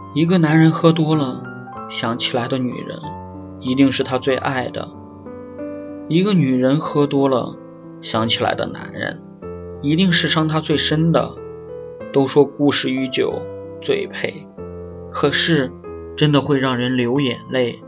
一个男人喝多了，想起来的女人一定是他最爱的；一个女人喝多了，想起来的男人一定是伤她最深的。都说故事与酒最配，可是真的会让人流眼泪，